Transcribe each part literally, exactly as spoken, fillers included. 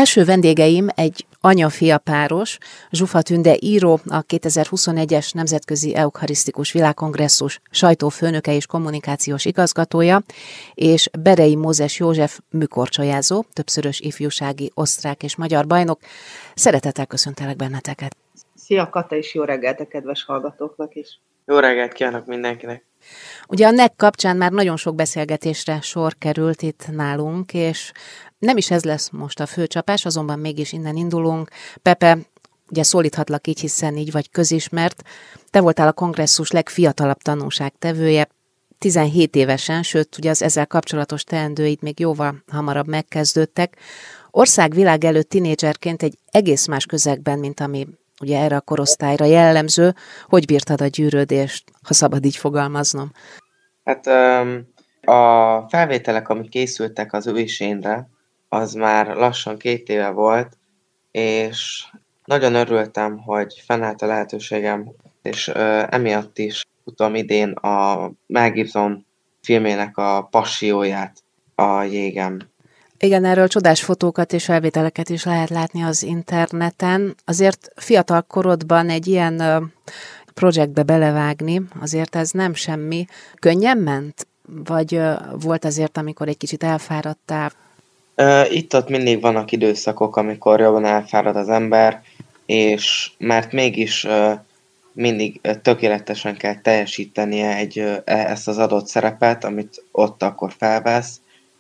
Első vendégeim egy anya-fia páros, Zsufa Tünde író, a kétezer-huszonegyes Nemzetközi Eucharisztikus Világkongresszus sajtófőnöke és kommunikációs igazgatója, és Berei Mózes József műkorcsolyázó, többszörös ifjúsági osztrák és magyar bajnok. Szeretettel köszöntelek benneteket. Szia Kata, és jó reggelt a kedves hallgatóknak is. Jó reggelt kívánok mindenkinek! Ugye a en e ká kapcsán már nagyon sok beszélgetésre sor került itt nálunk, és nem is ez lesz most a főcsapás, azonban mégis innen indulunk. Pepe, ugye szólíthatlak így, hiszen így vagy közismert. Te voltál a kongresszus legfiatalabb tanúságtevője, tizenhét évesen, sőt, ugye az ezzel kapcsolatos teendőid még jóval hamarabb megkezdődtek. Országvilág előtt tinédzserként egy egész más közegben, mint ami ugye erre a korosztályra jellemző. Hogy bírtad a gyűrődést, ha szabad így fogalmaznom? Hát a felvételek, amik készültek az ősénre, az már lassan két éve volt, és nagyon örültem, hogy fennállt a lehetőségem, és emiatt is futom idén a Mel Gibson filmének a Passióját a jégen. Igen, erről csodás fotókat és felvételeket is lehet látni az interneten. Azért fiatal korodban egy ilyen projektbe belevágni, azért ez nem semmi. Könnyen ment? Vagy volt azért, amikor egy kicsit elfáradtál? Itt-ott mindig vannak időszakok, amikor jobban elfárad az ember, és mert mégis mindig tökéletesen kell teljesítenie egy, ezt az adott szerepet, amit ott akkor felvesz,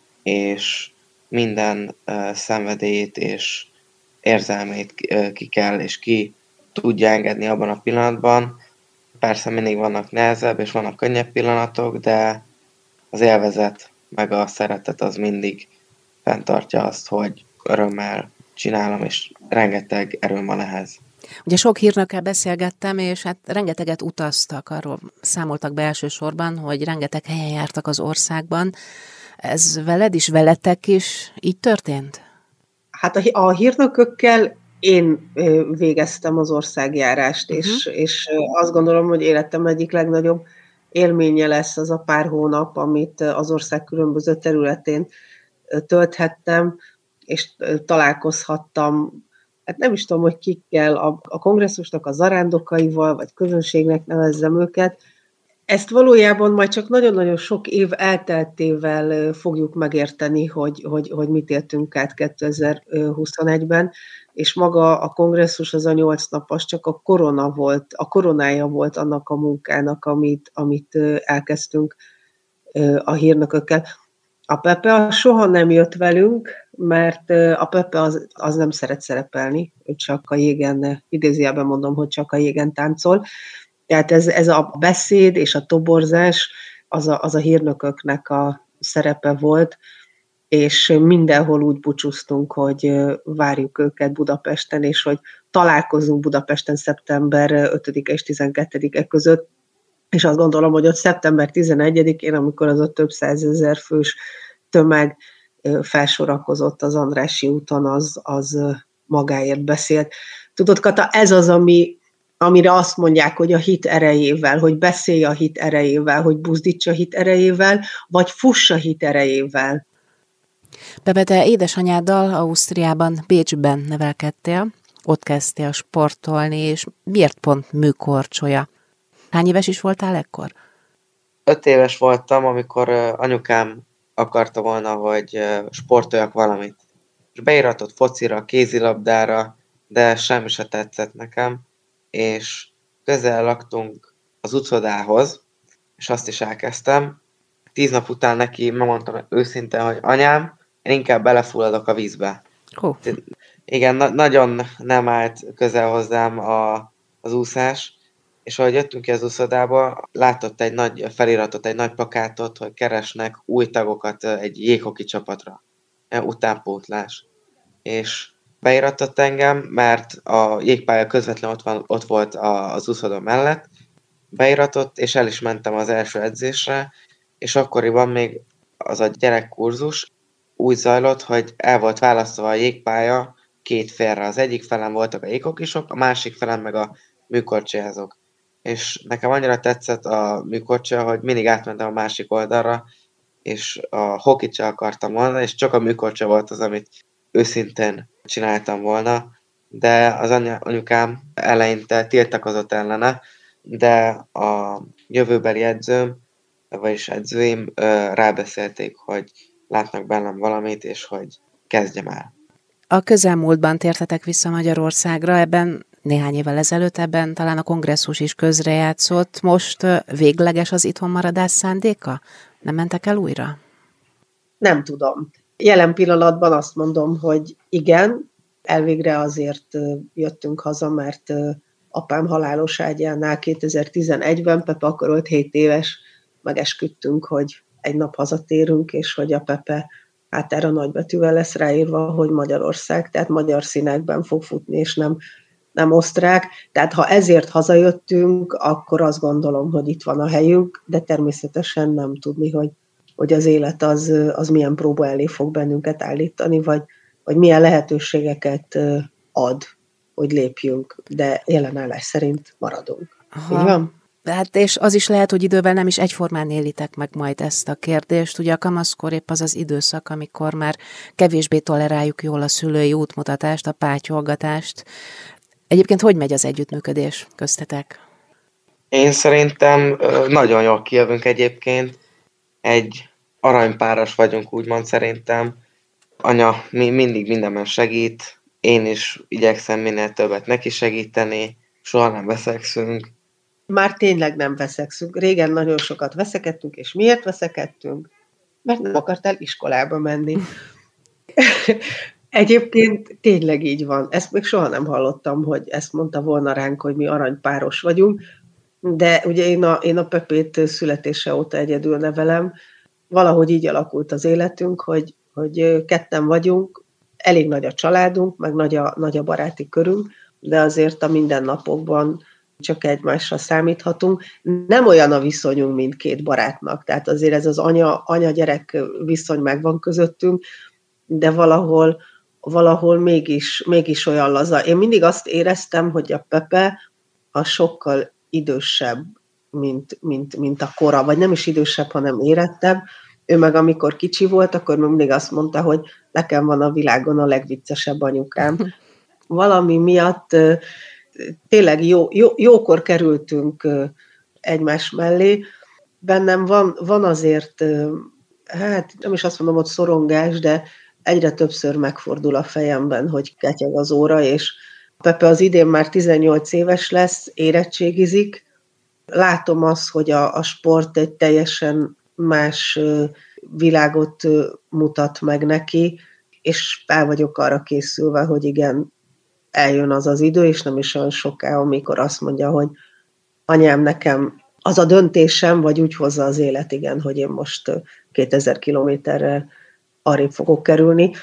és minden uh, szenvedélyét és érzelmét uh, ki kell és ki tudja engedni abban a pillanatban. Persze mindig vannak nehezebb és vannak könnyebb pillanatok, de az élvezet meg a szeretet az mindig fenntartja azt, hogy örömmel csinálom, és rengeteg erőm van ehhez. Ugye sok hírnökkel beszélgettem, és hát rengeteget utaztak, arról számoltak be elsősorban, hogy rengeteg helyen jártak az országban. Ez veled is, veletek is így történt? Hát a, a hírnökökkel én végeztem az országjárást, uh-huh. és, és azt gondolom, hogy életem egyik legnagyobb élménye lesz az a pár hónap, amit az ország különböző területén tölthettem, és találkozhattam, hát nem is tudom, hogy kikkel, a, a kongresszusnak a zarándokaival, vagy közönségnek nevezzem őket. Ezt valójában majd csak nagyon-nagyon sok év elteltével fogjuk megérteni, hogy, hogy, hogy mit éltünk át kétezer-huszonegyben, és maga a kongresszus, az a nyolc nap, az csak a korona volt, a koronája volt annak a munkának, amit, amit elkezdtünk a hírnökökkel. A Pepe soha nem jött velünk, mert a Pepe az, az nem szeret szerepelni, ő csak a jégen, idézőjelben mondom, hogy csak a jégen táncol. Tehát ez, ez a beszéd és a toborzás az a, az a hírnököknek a szerepe volt, és mindenhol úgy búcsúztunk, hogy várjuk őket Budapesten, és hogy találkozunk Budapesten szeptember ötödike és tizenkettedike között, és azt gondolom, hogy ott szeptember tizenegyedikén, amikor az a több százezer fős tömeg felsorakozott az Andrássy úton, az, az magáért beszélt. Tudod, Kata, ez az, ami amire azt mondják, hogy a hit erejével, hogy beszélj a hit erejével, hogy buzdíts a hit erejével, vagy fuss a hit erejével. Pepe, te édesanyáddal Ausztriában, Bécsben nevelkedtél, ott kezdtél sportolni, és miért pont műkorcsolya? Hány éves is voltál ekkor? Öt éves voltam, amikor anyukám akarta volna, hogy sportoljak valamit. És beíratott focira, kézilabdára, de semmi se tetszett nekem, és közel laktunk az utcodához, és azt is elkezdtem. Tíz nap után neki megmondtam őszintén, hogy anyám, én inkább belefulladok a vízbe. Oh. Igen, na- nagyon nem állt közel hozzám a, az úszás, és ahogy jöttünk ki az úszodába, látott egy nagy feliratot, egy nagy plakátot, hogy keresnek új tagokat egy jéghoki csapatra. Utánpótlás. És beiratott engem, mert a jégpálya közvetlenül ott, van, ott volt az úszoda mellett, beiratott, és el is mentem az első edzésre, és akkoriban még az a gyerekkurzus úgy zajlott, hogy el volt választva a jégpálya két félre. Az egyik felen voltak a jéghokisok, a másik felen meg a műkorcsolyázók. És nekem annyira tetszett a műkorcsolya, hogy mindig átmentem a másik oldalra, és a hokit sem akartam volna, és csak a műkorcsolya volt az, amit őszintén csináltam volna, de az anya, anyukám eleinte tiltakozott ellene, de a jövőbeli edzőm, vagyis edzőim rábeszélték, hogy látnak bennem valamit, és hogy kezdjem el. A közelmúltban tértetek vissza Magyarországra, ebben néhány évvel ezelőtt, ebben talán a kongresszus is közrejátszott. Most végleges az itthonmaradás szándéka? Nem mentek el újra? Nem tudom. Jelen pillanatban azt mondom, hogy igen, elvégre azért jöttünk haza, mert apám halálos ágyánál kétezer-tizenegyben, Pepe akkor volt hét éves, megesküdtünk, hogy egy nap hazatérünk, és hogy a Pepe hát erre nagybetűvel lesz ráírva, hogy Magyarország, tehát magyar színekben fog futni, és nem, nem osztrák. Tehát ha ezért hazajöttünk, akkor azt gondolom, hogy itt van a helyünk, de természetesen nem tudni, hogy, hogy az élet az, az milyen próba elé fog bennünket állítani, vagy, vagy milyen lehetőségeket ad, hogy lépjünk, de jelenállás szerint maradunk. Aha. Így van? Hát és az is lehet, hogy idővel nem is egyformán élitek meg majd ezt a kérdést. Ugye a kamaszkor épp az az időszak, amikor már kevésbé toleráljuk jól a szülői útmutatást, a pátyolgatást. Egyébként hogy megy az együttműködés köztetek? Én szerintem nagyon jól kijövünk egyébként. Egy aranypáros vagyunk, úgymond szerintem. Anya mi mindig mindenben segít, én is igyekszem minél többet neki segíteni, soha nem veszekszünk. Már tényleg nem veszekszünk. Régen nagyon sokat veszekedtünk, és miért veszekedtünk? Mert nem akartál iskolába menni. Egyébként tényleg így van. Ezt még soha nem hallottam, hogy ezt mondta volna ránk, hogy mi aranypáros vagyunk, de ugye én a, én a Pepét születése óta egyedül nevelem. Valahogy így alakult az életünk, hogy, hogy ketten vagyunk, elég nagy a családunk, meg nagy a, nagy a baráti körünk, de azért a mindennapokban csak egymásra számíthatunk. Nem olyan a viszonyunk, mint két barátnak, tehát azért ez az anya, anya-gyerek viszony megvan közöttünk, de valahol, valahol mégis, mégis olyan laza. Én mindig azt éreztem, hogy a Pepe a sokkal idősebb, mint, mint, mint a kora, vagy nem is idősebb, hanem érettebb. Ő meg amikor kicsi volt, akkor mindig azt mondta, hogy nekem van a világon a legviccesebb anyukám. Valami miatt tényleg jó, jó, jókor kerültünk egymás mellé. Bennem van, van azért, hát nem is azt mondom, hogy szorongás, de egyre többször megfordul a fejemben, hogy ketyeg az óra, és Pepe az idén már tizennyolc éves lesz, érettségizik. Látom azt, hogy a, a sport egy teljesen más világot mutat meg neki, és el vagyok arra készülve, hogy igen, eljön az az idő, és nem is olyan soká, amikor azt mondja, hogy anyám, nekem az a döntésem, vagy úgy hozza az élet, igen, hogy én most kétezer kilométerrel arrébb fogok kerülni.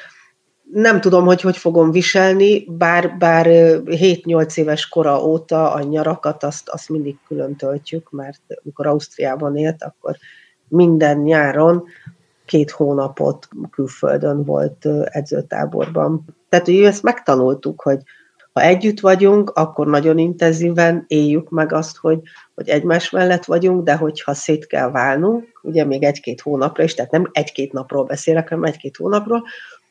Nem tudom, hogy hogy fogom viselni, bár, bár hét-nyolc éves kora óta a nyarakat azt, azt mindig külön töltjük, mert amikor Ausztriában élt, akkor minden nyáron két hónapot külföldön volt edzőtáborban. Tehát, hogy ezt megtanultuk, hogy ha együtt vagyunk, akkor nagyon intenzíven éljük meg azt, hogy, hogy egymás mellett vagyunk, de hogyha szét kell válnunk, ugye még egy-két hónapra is, tehát nem egy-két napról beszélek, hanem egy-két hónapról,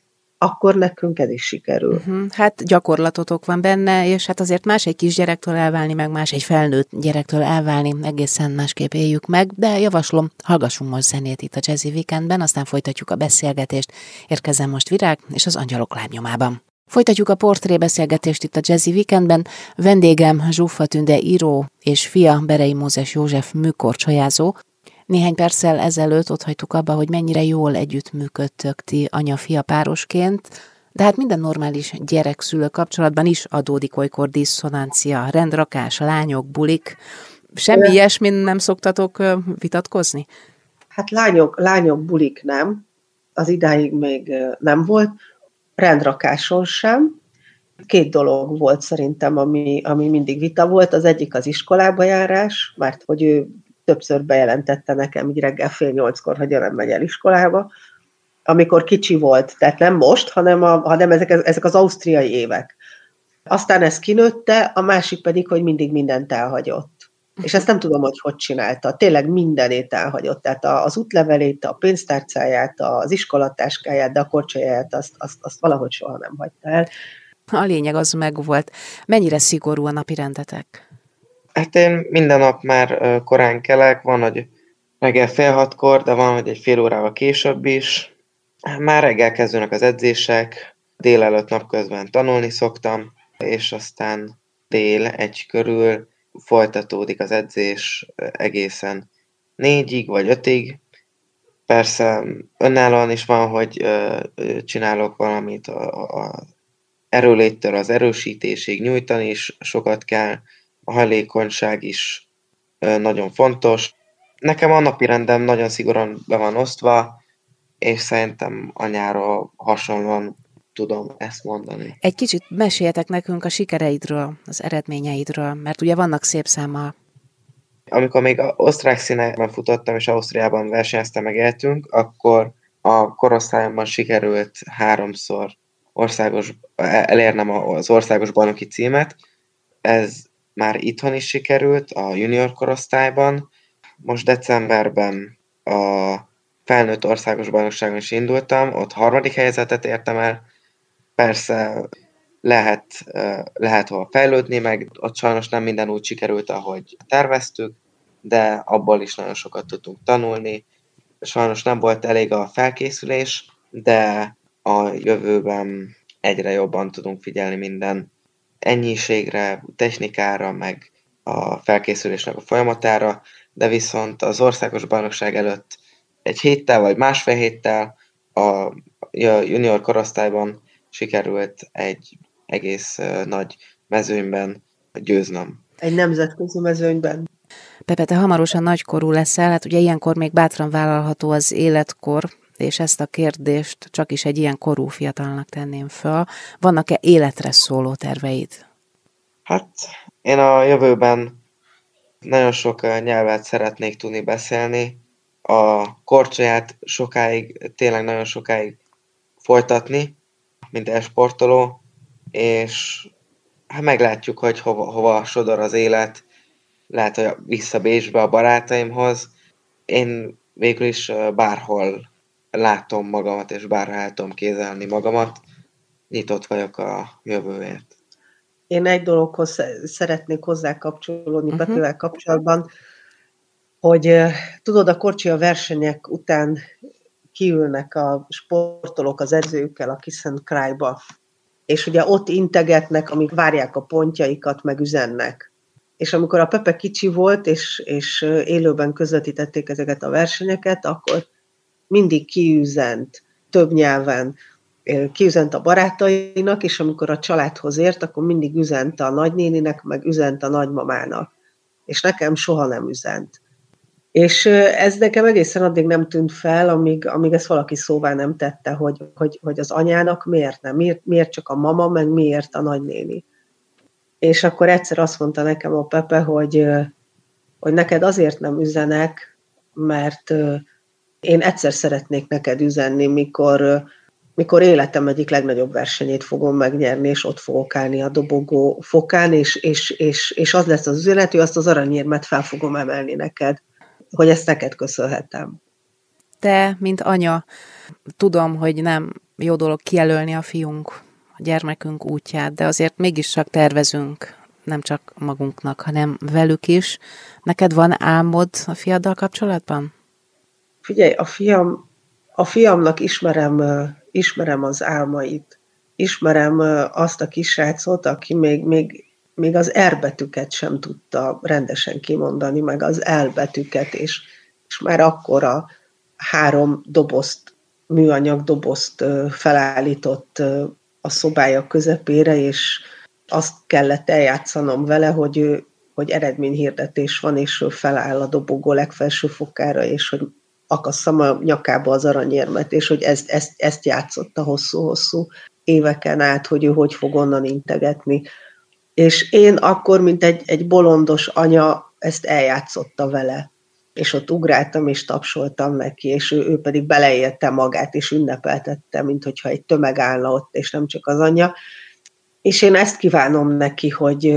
akkor nekünk ez is sikerül. Uh-huh. Hát gyakorlatotok van benne, és hát azért más egy kisgyerektől elválni, meg más egy felnőtt gyerektől elválni, egészen másképp éljük meg, de javaslom, hallgassunk most zenét itt a Jazzy Weekendben, aztán folytatjuk a beszélgetést. Érkezem most Virág és az Angyalok lábnyomában. Folytatjuk a portrébeszélgetést itt a Jazzy Weekendben. Vendégem Zsuffa Tünde író és fia Berei Mózes József műkorcsolyázó. Néhány perccel ezelőtt ott hagytuk abba, hogy mennyire jól együttműködtök ti anya-fia párosként, de hát minden normális gyerek-szülő kapcsolatban is adódik olykor diszonancia, rendrakás, lányok, bulik. Semmi ilyesmin nem szoktatok vitatkozni? Hát lányok, lányok, bulik nem, az idáig még nem volt, rendrakáson sem. Két dolog volt szerintem, ami, ami mindig vita volt. Az egyik az iskolába járás, mert hogy ő többször bejelentette nekem így reggel fél nyolckor, hogy nem megy el iskolába, amikor kicsi volt, tehát nem most, hanem, a, hanem ezek, ezek az ausztriai évek. Aztán ez kinőtte, a másik pedig, hogy mindig mindent elhagyott. És ezt nem tudom, hogy hogy csinálta. Tényleg mindenét elhagyott. Tehát az útlevelét, a pénztárcáját, az iskolatáskáját, de a korcsolyáját azt, azt, azt valahogy soha nem hagyta el. A lényeg az megvolt. Mennyire szigorú a napi rendetek? Hát én minden nap már korán kelek, van, hogy reggel fél hatkor, de van, hogy egy fél órával később is. Már reggel kezdődnek az edzések, délelőtt napközben tanulni szoktam, és aztán dél egy körül folytatódik az edzés egészen négyig vagy ötig. Persze önállóan is van, hogy csinálok valamit a, a erőléttől az erősítésig, nyújtani is sokat kell, a hajlékonyság is nagyon fontos. Nekem a napirendem nagyon szigorúan be van osztva, és szerintem anyáról hasonlóan tudom ezt mondani. Egy kicsit meséljetek nekünk a sikereidről, az eredményeidről, mert ugye vannak szép számmal. Amikor még osztrák színekben futottam, és Ausztriában versenyeztem, megéltünk, akkor a korosztályomban sikerült háromszor országos, elérnem az országos bajnoki címet. Ez már itthon is sikerült, a junior korosztályban. Most decemberben a felnőtt országos bajnokságon is indultam, ott harmadik helyzetet értem el. Persze lehet, lehet hova fejlődni, meg ott sajnos nem minden úgy sikerült, ahogy terveztük, de abból is nagyon sokat tudtunk tanulni. Sajnos nem volt elég a felkészülés, de a jövőben egyre jobban tudunk figyelni minden ennyiségre, technikára, meg a felkészülésnek a folyamatára, de viszont az országos bajnokság előtt egy héttel vagy másfél héttel a junior korosztályban sikerült egy egész nagy mezőnyben győznöm. Egy nemzetközi mezőnyben. Pepe, te hamarosan nagykorú leszel, hát ugye ilyenkor még bátran vállalható az életkor, és ezt a kérdést csak is egy ilyen korú fiatalnak tenném föl. Vannak-e életre szóló terveid? Hát én a jövőben nagyon sok nyelvet szeretnék tudni beszélni. A korcsolyát sokáig, tényleg nagyon sokáig folytatni, mint e-sportoló, és hát meglátjuk, hogy hova, hova sodor az élet. Lehet, hogy vissza Bécsbe a barátaimhoz. Én végül is bárhol látom magamat, és bárhol el tudom kézelni magamat. Nyitott vagyok a jövőért. Én egy dologhoz szeretnék hozzá kapcsolódni uh-huh. Pepivel kapcsolatban, hogy tudod, a korcsolya versenyek után kiülnek a sportolók az edzőkkel a Kiss and Cry-ba, és ugye ott integetnek, amíg várják a pontjaikat, meg üzennek. És amikor a Pepe kicsi volt, és, és élőben közvetítették ezeket a versenyeket, akkor mindig kiüzent, több nyelven, kiüzent a barátainak, és amikor a családhoz ért, akkor mindig üzent a nagynéninek, meg üzent a nagymamának. És nekem soha nem üzent. És ez nekem egészen addig nem tűnt fel, amíg, amíg ezt valaki szóvá nem tette, hogy, hogy, hogy az anyának miért nem, miért, miért csak a mama, meg miért a nagynéni. És akkor egyszer azt mondta nekem a Pepe, hogy, hogy neked azért nem üzenek, mert én egyszer szeretnék neked üzenni, mikor, mikor életem egyik legnagyobb versenyét fogom megnyerni, és ott fogok állni a dobogó fokán, és, és, és, és az lesz az üzenet, hogy azt az aranyérmet fel fogom emelni neked, hogy ezt neked köszönhetem. Te, mint anya, tudom, hogy nem jó dolog kijelölni a fiunk, a gyermekünk útját, de azért mégis csak tervezünk, nem csak magunknak, hanem velük is. Neked van álmod a fiaddal kapcsolatban? Figyelj, a fiam, a fiamnak ismerem, ismerem az álmait. Ismerem azt a kisrácot, aki még, még, még az R betűket sem tudta rendesen kimondani, meg az L betűket, és, és már akkor a három dobozt, műanyag dobozt felállított a szobája közepére, és azt kellett eljátszanom vele, hogy, ő, hogy eredményhirdetés van, és ő feláll a dobogó legfelső fokára, és hogy akasszam a nyakába az aranyérmet, és hogy ezt, ezt, ezt játszotta hosszú-hosszú éveken át, hogy ő hogy fog onnan integetni. És én akkor, mint egy, egy bolondos anya, ezt eljátszotta vele. És ott ugráltam, és tapsoltam neki, és ő, ő pedig beleélte magát, és ünnepeltette, mint hogyha egy tömeg állna ott, és nem csak az anyja. És én ezt kívánom neki, hogy,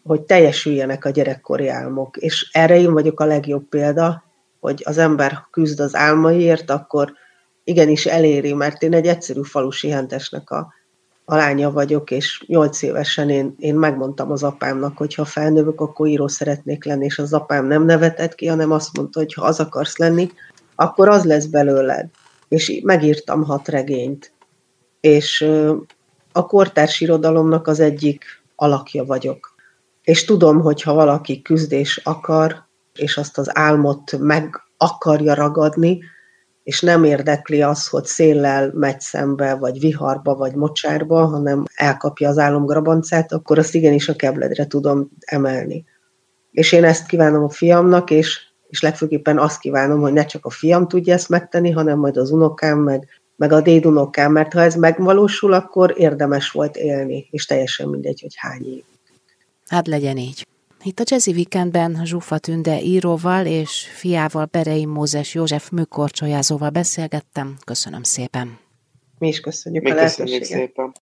hogy teljesüljenek a gyerekkori álmok. És erre én vagyok a legjobb példa, hogy az ember küzd az álmaiért, akkor igenis eléri, mert én egy egyszerű falusi hentesnek a, a lánya vagyok, és nyolc évesen én, én megmondtam az apámnak, hogy ha felnövök, akkor író szeretnék lenni, és az apám nem nevetett ki, hanem azt mondta, hogy ha az akarsz lenni, akkor az lesz belőled. És megírtam hat regényt. És a kortárs irodalomnak az egyik alakja vagyok. És tudom, hogy ha valaki küzd és akar, és azt az álmot meg akarja ragadni, és nem érdekli az, hogy széllel megy szembe, vagy viharba, vagy mocsárba, hanem elkapja az álomgrabancát, akkor azt igenis a kebledre tudom emelni. És én ezt kívánom a fiamnak, és, és legfőképpen azt kívánom, hogy ne csak a fiam tudja ezt megtenni, hanem majd az unokám, meg, meg a dédunokám, mert ha ez megvalósul, akkor érdemes volt élni, és teljesen mindegy, hogy hány év. Hát legyen így. Itt a Jazzy Weekendben Zsuffa Tünde íróval és fiával, Berei Mózes József műkorcsolyázóval beszélgettem. Köszönöm szépen. Mi is köszönjük Mi a köszönjük lehetőséget. szépen.